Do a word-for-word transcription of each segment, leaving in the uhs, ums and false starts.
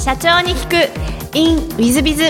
社長に聞く in ウィズビズ。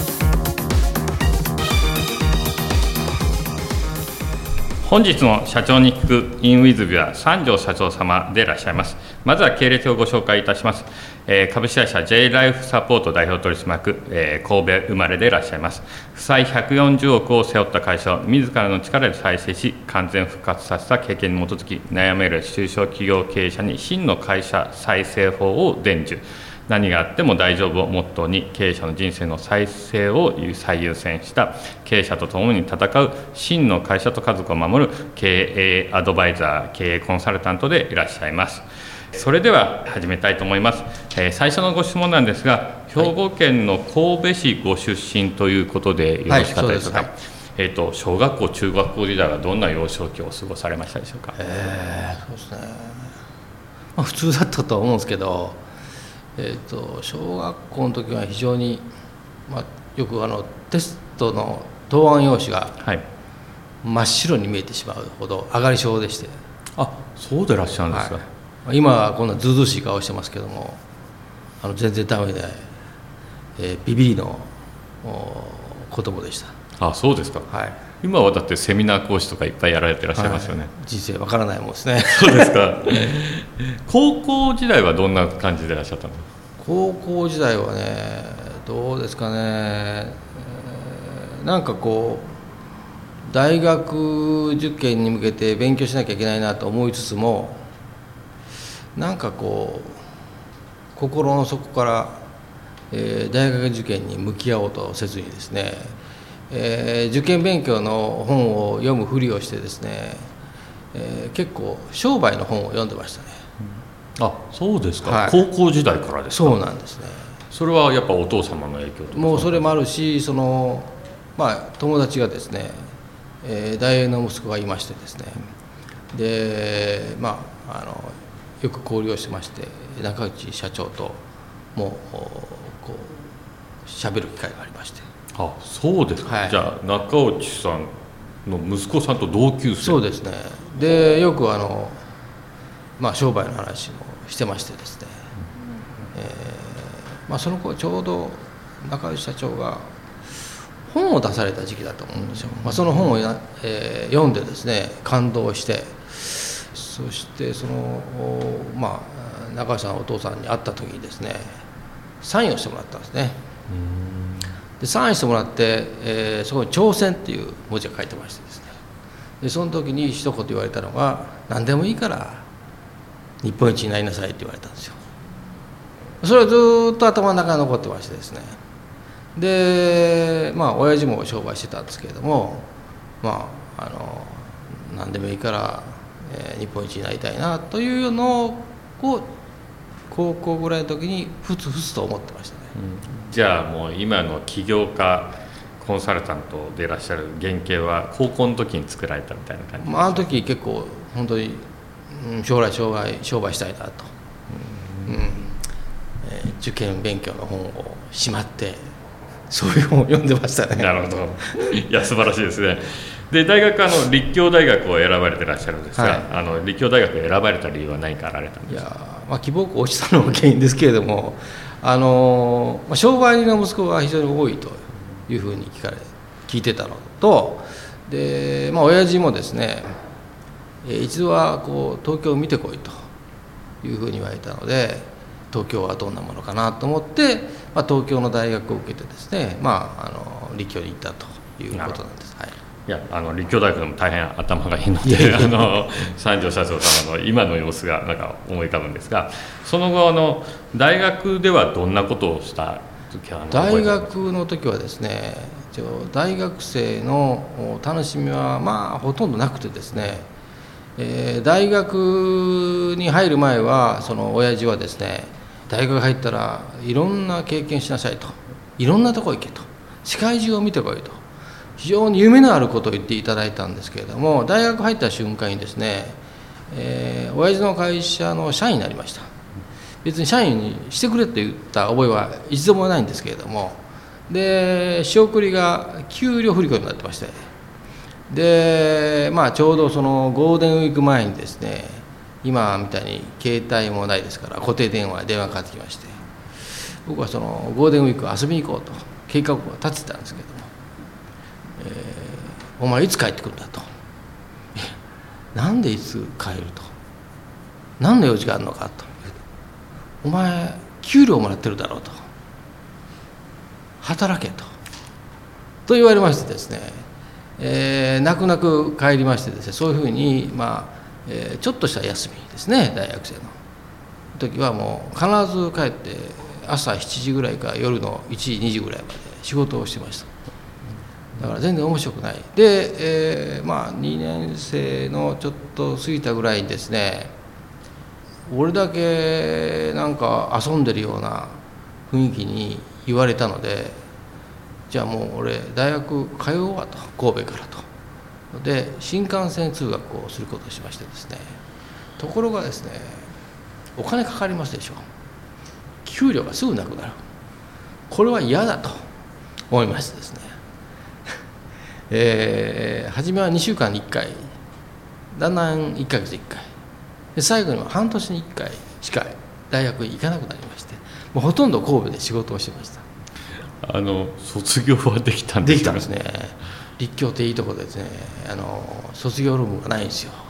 本日の社長に聞く in ウィズビズは三条社長様でいらっしゃいます。まずは経歴をご紹介いたします。えー、株式会社 J ライフサポート代表取締役、えー、神戸生まれでいらっしゃいます。負債ひゃくよんじゅうおくを背負った会社を自らの力で再生し、完全復活させた経験に基づき、悩める中小企業経営者に真の会社再生法を伝授。何があっても大丈夫をモットーに、経営者の人生の再生を最優先した経営者と共に戦う真の会社と家族を守る経営アドバイザー、経営コンサルタントでいらっしゃいます。それでは始めたいと思います。えー、最初のご質問なんですが、兵庫県の神戸市ご出身ということでよろしかったですか？はい、そうです。はい。えーと、小学校、中学校時代はどんな幼少期を過ごされましたでしょうか？ えー、そうですね、まあ、普通だったとは思うんですけど、えーと、小学校の時は非常に、まあ、よくあのテストの答案用紙が真っ白に見えてしまうほど上がり症でして。 あ、そうでいらっしゃるんですか？ はい、今はこんなずうずうしい顔してますけども、あの全然ダメで、えー、ビビりの子供でした。 あ、そうですか。はい、今はだってセミナー講師とかいっぱいやられてらっしゃいますよね。はい、 人生わからないもんですね。 そうですか。高校時代はどんな感じでいらっしゃったの？ 高校時代はね、どうですかね、えー、なんかこう大学受験に向けて勉強しなきゃいけないなと思いつつも、なんかこう心の底から、えー、大学受験に向き合おうとせずにですね、えー、受験勉強の本を読むふりをしてですね、えー、結構商売の本を読んでましたね。 うん、あ、そうですか。はい、高校時代からですか？ そうなんですね。 それはやっぱお父様の影響とか？ もうそれもあるし、その、まあ、友達がですね、えー、大学の息子がいましてですね、で、まあ、あのよく交流をしてまして、中内社長ともこう喋る機会がありまして。 あ、そうですか。はい、じゃあ中内さんの息子さんと同級生？ そうですね。でよくあの、まあ、商売の話もしてましてですね、うん、えーまあ、その頃ちょうど中内社長が本を出された時期だと思うんですよ。まあ、その本をや、えー、読んでですね感動して、そしてその、まあ、中内さんお父さんに会った時にですねサインをしてもらったんですね。でサインしてもらって、えー、そこに挑戦っていう文字が書いてましてですね、でその時に一言言われたのが、何でもいいから日本一になりなさいって言われたんですよ。それはずっと頭の中に残ってましてですね、でまあ親父も商売してたんですけれども、まああの何でもいいから、えー、日本一になりたいなというのをこう高校ぐらいの時にふつふつと思ってましたね。 うん、じゃあもう今の起業家コンサルタントでいらっしゃる原型は高校の時に作られたみたいな感じですか？ まあ、あの時結構本当に、うん、将来商売商売したいなと、うんうん、えー、受験勉強の本をしまってそういう本を読んでましたね。 なるほど。いや素晴らしいですね。で大学あの立教大学を選ばれていらっしゃるんですが、はい、あの立教大学を選ばれた理由は何かあられたんですか？いや、 まあ、希望校落ちたのが原因ですけれども、あの、まあ、商売人の息子が非常に多いというふうに聞かれ聞いてたのと、で、まあ、親父もですね、一度はこう東京を見てこいというふうに言われたので、東京はどんなものかなと思って、まあ、東京の大学を受けてですね、まあ、あの立教に行ったということなんです。はい、 いやあの立教大学でも大変頭がいいので、あの三条社長様の今の様子がなんか思い浮かぶんですが、その後あの大学ではどんなことをした時は？ 大学の時はですね、大学生の楽しみはまあほとんどなくてですね、えー、大学に入る前はその親父はですね、大学入ったらいろんな経験しなさいと、いろんなとこ行けと、世界中を見てこいと、非常に夢のあることを言っていただいたんですけれども、大学入った瞬間にですね、えー、親父の会社の社員になりました。別に社員にしてくれって言った覚えは一度もないんですけれども、で仕送りが給料振込になってまして、で、まあ、ちょうどそのゴールデンウィーク前にですね、今みたいに携帯もないですから固定電話で電話かかってきまして、 僕はそのゴールデンウィーク遊びに行こうと計画を立ててたんですけども、えー、お前いつ帰ってくるんだと、なんでいつ帰ると、何の用事があるのかと、お前給料もらってるだろうと、働けとと言われましてですね、えー、泣く泣く帰りましてですね、そういうふうに、まあえー、ちょっとした休みですね、大学生の時はもう必ず帰って朝しちじぐらいから夜のいちじにじぐらいまで仕事をしてました。だから全然面白くないで、えー、まあにねん生のちょっと過ぎたぐらいにですね、俺だけなんか遊んでるような雰囲気に言われたので、じゃあもう俺大学通おうわと、神戸からと。で新幹線通学をすることをしましてですね、ところがですね、お金かかりますでしょ、給料がすぐなくなる、これは嫌だと思いましてですね、えー、初めはにしゅうかんにいっかい、だんだんいっかげついっかいで、最後には半年にいっかいしか大学に行かなくなりまして、もうほとんど神戸で仕事をしてました。 あの卒業はできたんですか？ できたんですね。立教っていいところでですね、あの卒業論文がないんですよ。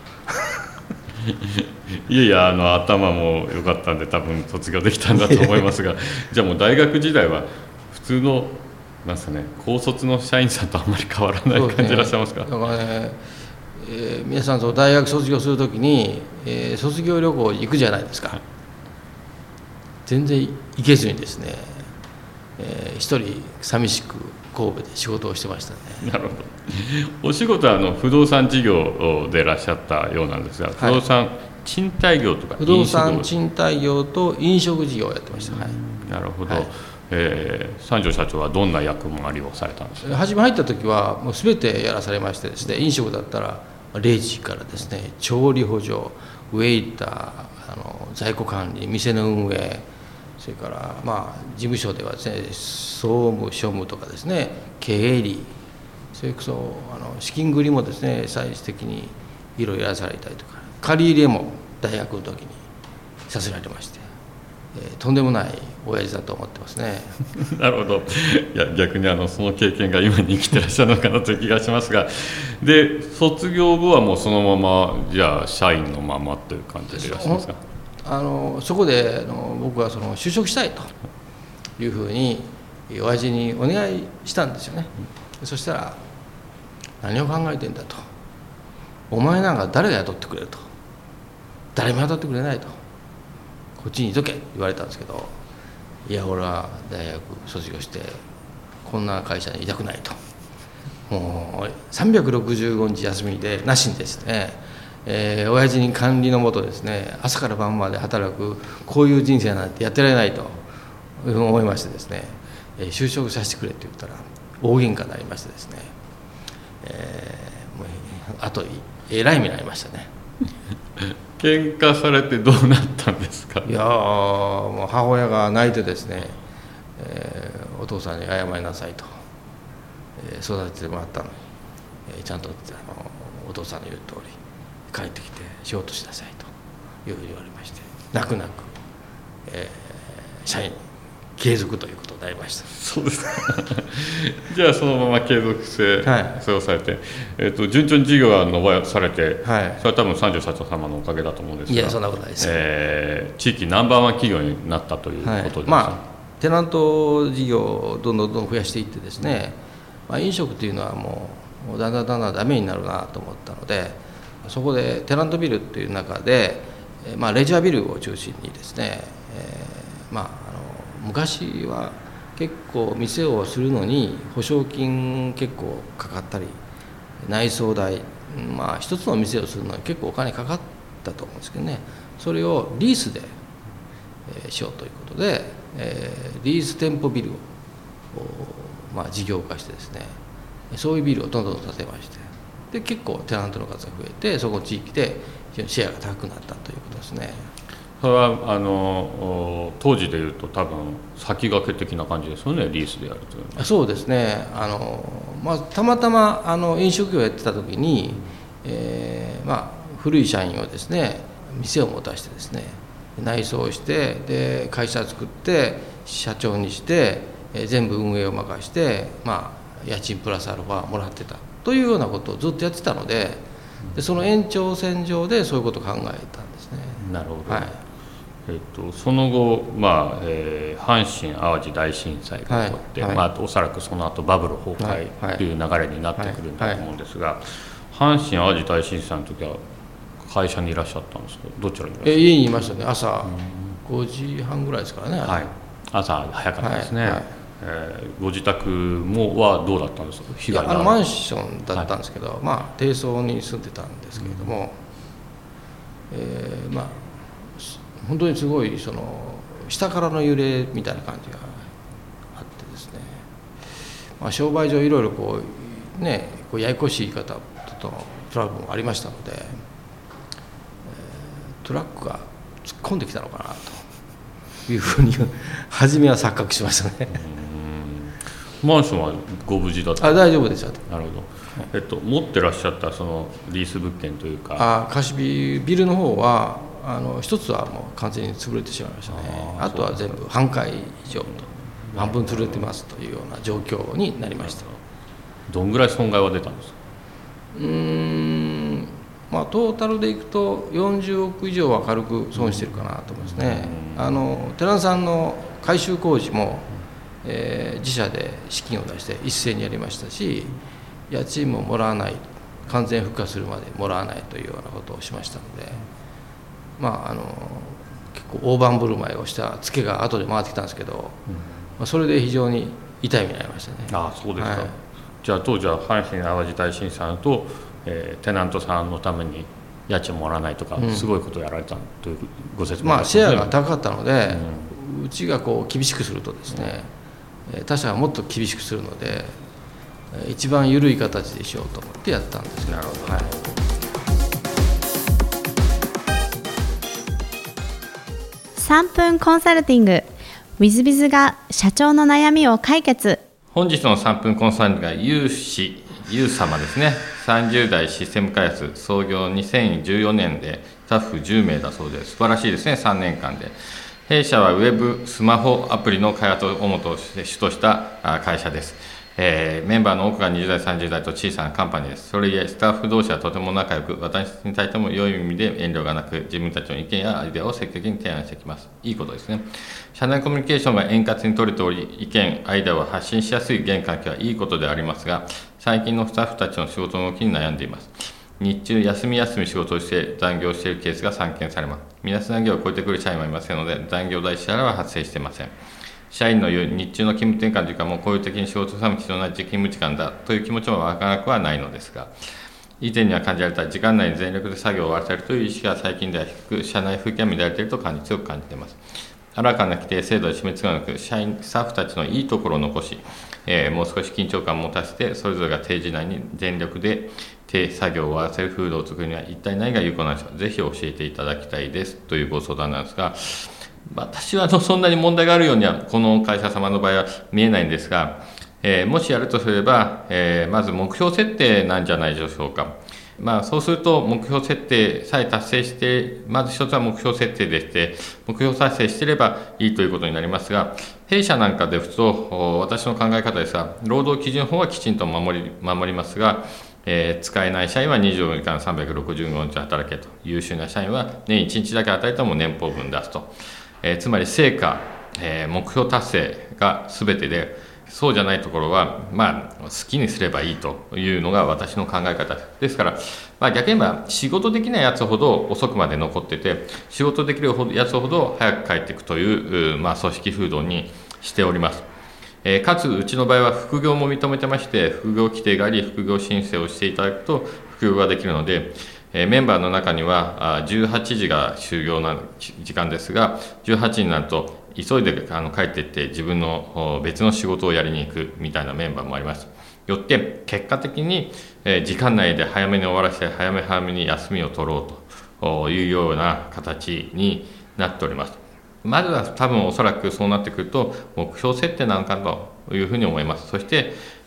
いやいや、あの頭も良かったんで多分卒業できたんだと思いますがじゃあもう大学時代は普通のなんすかね、高卒の社員さんとあんまり変わらない感じでいらっしゃいますか？ だからね、えー、皆さんと大学卒業するときに、えー、卒業旅行行くじゃないですか。全然行けずにですね、えー、一人寂しく神戸で仕事をしてましたね。 なるほど。お仕事はあの不動産事業でいらっしゃったようなんですが、不動産賃貸業とか不動産賃貸業と飲食事業をやってました。はい、 なるほど。 はい、 えー、三條社長はどんな役回りをされたんですか？ 初め入った時はもう全てやらされましてですね、飲食だったらレジからですね、調理補助、ウェイター、あの在庫管理、店の運営、それからまあ事務所ではですね、総務庶務とかですね、経理、それこそあの資金繰りもですね、最終的にいろいろやらされたりとか、借り入れも大学の時にさせられまして、えー、とんでもない親父だと思ってますね。 なるほど。いや逆にあのその経験が今に生きてらっしゃるのかなという気がしますが、で卒業後はもうそのままじゃあ社員のままという感じでいらっしゃいますか？ あのそこであの僕はその就職したいというふうに親父にお願いしたんですよね。そしたら何を考えてんだと、お前なんか誰が雇ってくれると、誰も雇ってくれないと、こっちにいとけって言われたんですけど、いや俺は大学卒業してこんな会社にいたくないと、もうさんびゃくろくじゅうごにち休みでなしにですね、えー、親父に管理のもとですね、朝から晩まで働く、こういう人生なんてやってられないと思いましてですね、えー、就職させてくれって言ったら大喧嘩になりましてですね、えー、もうあとえらい目になりましたね。 喧嘩されてどうなったんですか？ いやもう母親が泣いてですね、えー、お父さんに謝りなさいと、えー、育ててもらったのに、えー、ちゃんとあのお父さんの言う通り帰ってきて仕事しなさいというふうに言われまして、泣く泣く、えー、社員継続ということになりました。 そうですか。じゃあそのまま継続性、はい、それをされて、えー、と順調に事業が伸ばされて、はい、それは多分三条社長様のおかげだと思うんですが、 いやそんなことないです、 えー、地域ナンバーワン企業になったということです、はい、 まあテナント事業をどんどんどん増やしていってですね、まあ、飲食というのはもう、もうだんだんだんだんダメになるなと思ったので、そこでテナントビルという中で、まあ、レジャービルを中心にですね、えー、まあ、あの昔は結構店をするのに保証金結構かかったり、内装代、まあ一つの店をするのに結構お金かかったと思うんですけどね、それをリースで、えー、しようということで、えー、リース店舗ビルを、まあ、事業化してですね、そういうビルをどんどん建てまして、で結構テナントの数が増えて、そこの地域で非常にシェアが高くなったということですね。 それはあの当時でいうと多分先駆け的な感じですよね、リースでやるというのは。 そうですね、あの、まあ、たまたまあの飲食業をやってた時に、えーまあ、古い社員をですね、店を持たしてですね、 内装してで会社作って社長にして全部運営を任して、まあ、家賃プラスアルファもらってたというようなことをずっとやってたので、でその延長線上でそういうことを考えたんですね。 なるほど、 はいえっと、その後、まあえー、阪神・淡路大震災が起こって、はいはい、まあ、おそらくその後バブル崩壊という流れになってくるんだと思うんですが、阪神・淡路大震災の時は会社にいらっしゃったんですけど、どちらにいらっしゃったんですか？ え家にいましたね。朝ごじはんぐらいですからね。 はい、朝早かったですね。 はいはい、 えー、ご自宅もはどうだったんですか？被害がある。 あのマンションだったんですけど、はい、まあ低層に住んでたんですけれども、うん、えー、まあ本当にすごいその下からの揺れみたいな感じがあってですね、まあ、商売上いろいろこうねこうややこしい言い方とのトラブルもありましたので、えー、トラックが突っ込んできたのかなというふうに初めは錯覚しましたね。 うん、マンションはご無事だった？ あ、大丈夫でした。 なるほど。えっと、持ってらっしゃったそのリース物件というか、 あ、貸しビビルの方はあの一つはもう完全に潰れてしまいましたね。 あ, あとは全部半壊以上と半分潰れてますというような状況になりました。 どんぐらい損害は出たんですか？ うーん、まあ、トータルでいくとよんじゅうおく以上は軽く損してるかなと思いますね。あのテナントさんの改修工事も、えー、自社で資金を出して一斉にやりましたし、家賃ももらわない、完全復活するまでもらわないというようなことをしましたので、まあ、あの結構大盤振る舞いをしたツケが後で回ってきたんですけど、うん、まあ、それで非常に痛い目になりましたね。 ああ、そうですか。 はい、 じゃあ当時は阪神・淡路大震災と、えー、テナントさんのために家賃もらわないとか、うん、すごいことをやられたというご説明まあ、シェアが高かったので、うん、うちがこう厳しくするとですね、うん、他社がもっと厳しくするので一番緩い形でしようと思ってやったんです。 なるほど、 はい、 さんぷんコンサルティング ウィズビズ が社長の悩みを解決。 本日のさんぷんコンサルティングがユウ氏、ユウ様ですね。さんじゅう代システム開発、創業にせんじゅうよねんでスタッフじゅうめいだそうです。素晴らしいですね、さんねんかんで。弊社はウェブスマホアプリの開発を主として主とした会社です。えー、メンバーの多くがにじゅう代さんじゅう代と小さなカンパニーです。それゆえスタッフ同士はとても仲良く、私に対しても良い意味で遠慮がなく、自分たちの意見やアイデアを積極的に提案してきます。いいことですね。社内コミュニケーションが円滑に取れており、意見アイデアを発信しやすい現環境はいいことでありますが、最近のスタッフたちの仕事の動きに悩んでいます。日中休み休み仕事をして残業しているケースが散見されます。みなし残業を超えてくる社員はいませんので、残業代支払いは発生していません。社員の言う日中の勤務転換時間も効率的に仕事をする必要ない勤務時間だという気持ちもわからなくはないのですが、以前には感じられた時間内に全力で作業を終わらせるという意識が最近では低く、社内風景が乱れていると感じ強く感じています。新たな規定制度で締め付けなく、社員スタッフたちのいいところを残し、えー、もう少し緊張感を持たせて、それぞれが定時内に全力で手作業を終わらせる風土を作るには一体何が有効なのでしょうか。ぜひ教えていただきたいですというご相談なんですが、私はそんなに問題があるようにはこの会社様の場合は見えないんですが、えー、もしやるとすれば、えー、まず目標設定なんじゃないでしょうか。まあ、そうすると目標設定さえ達成して、まず一つは目標設定でして、目標達成していればいいということになりますが、弊社なんかでふと私の考え方ですが、労働基準法はきちんと守り、守りますが、えー、使えない社員はにじゅうよじかんさんびゃくろくじゅうごにち働けと、優秀な社員は年いちにちだけ働いたらもう年俸分出すと、えー、つまり成果、えー、目標達成が全てで、そうじゃないところは、まあ、好きにすればいいというのが私の考え方ですから、まあ、逆に言えば仕事できないやつほど遅くまで残ってて、仕事できるやつほど早く帰っていくという、まあ、組織風土にしております。えー、かつうちの場合は副業も認めてまして、副業規定があり、副業申請をしていただくと副業ができるので、えー、メンバーの中にはじゅうはちじが就業な時間ですが、じゅうはちじになると急いであの帰っていって自分の別の仕事をやりに行くみたいなメンバーもあります。よって結果的に、えー、時間内で早めに終わらせて、早め早めに休みを取ろうというような形になっております。まずは多分おそらくそうなってくると目標設定なのかというふうに思います。そして、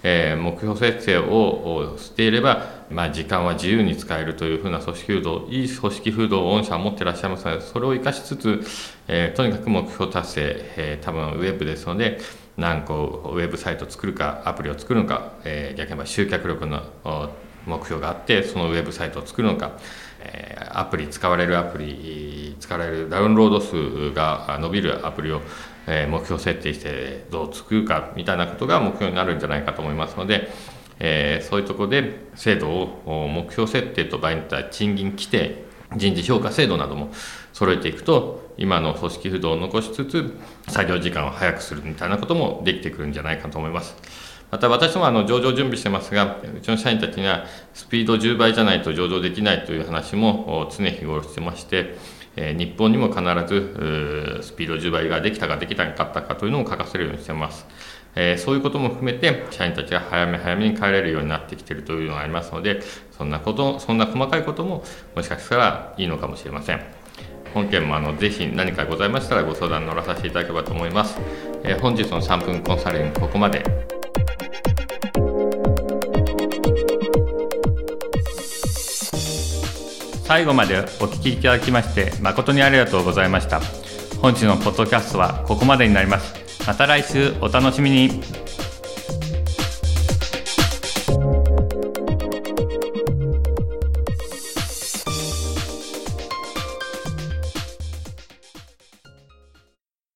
えー、目標設定をしていれば、まあ、時間は自由に使えるというふうな組織風土、いい組織風土を御社は持っていらっしゃいますので、それを生かしつつ、えー、とにかく目標達成、えー、多分ウェブですので、何個ウェブサイトを作るか、アプリを作るのか、えー、逆に言えば集客力の目標があって、そのウェブサイトを作るのか、えー、アプリ、使われるアプリ、使われるダウンロード数が伸びるアプリを目標設定してどう作るかみたいなことが目標になるんじゃないかと思いますので、えー、そういうところで制度を目標設定と場合によっては賃金規定、人事評価制度なども揃えていくと、今の組織風土を残しつつ作業時間を早くするみたいなこともできてくるんじゃないかと思います。また私もあの上場準備してますが、うちの社員たちにはスピードじゅうばいじゃないと上場できないという話も常日頃してまして、日本にも必ずスピードじゅうばいができたかできなかったかというのを書かせるようにしています。そういうことも含めて社員たちが早め早めに帰れるようになってきているというのがありますので、そんなこと、そんな細かいことももしかしたらいいのかもしれません。本件もあのぜひ何かございましたらご相談に乗らさせていただければと思います。本日のさんぷんコンサルティングここまで。最後までお聞きいただきまして誠にありがとうございました。本日のポッドキャストはここまでになります。また来週お楽しみに。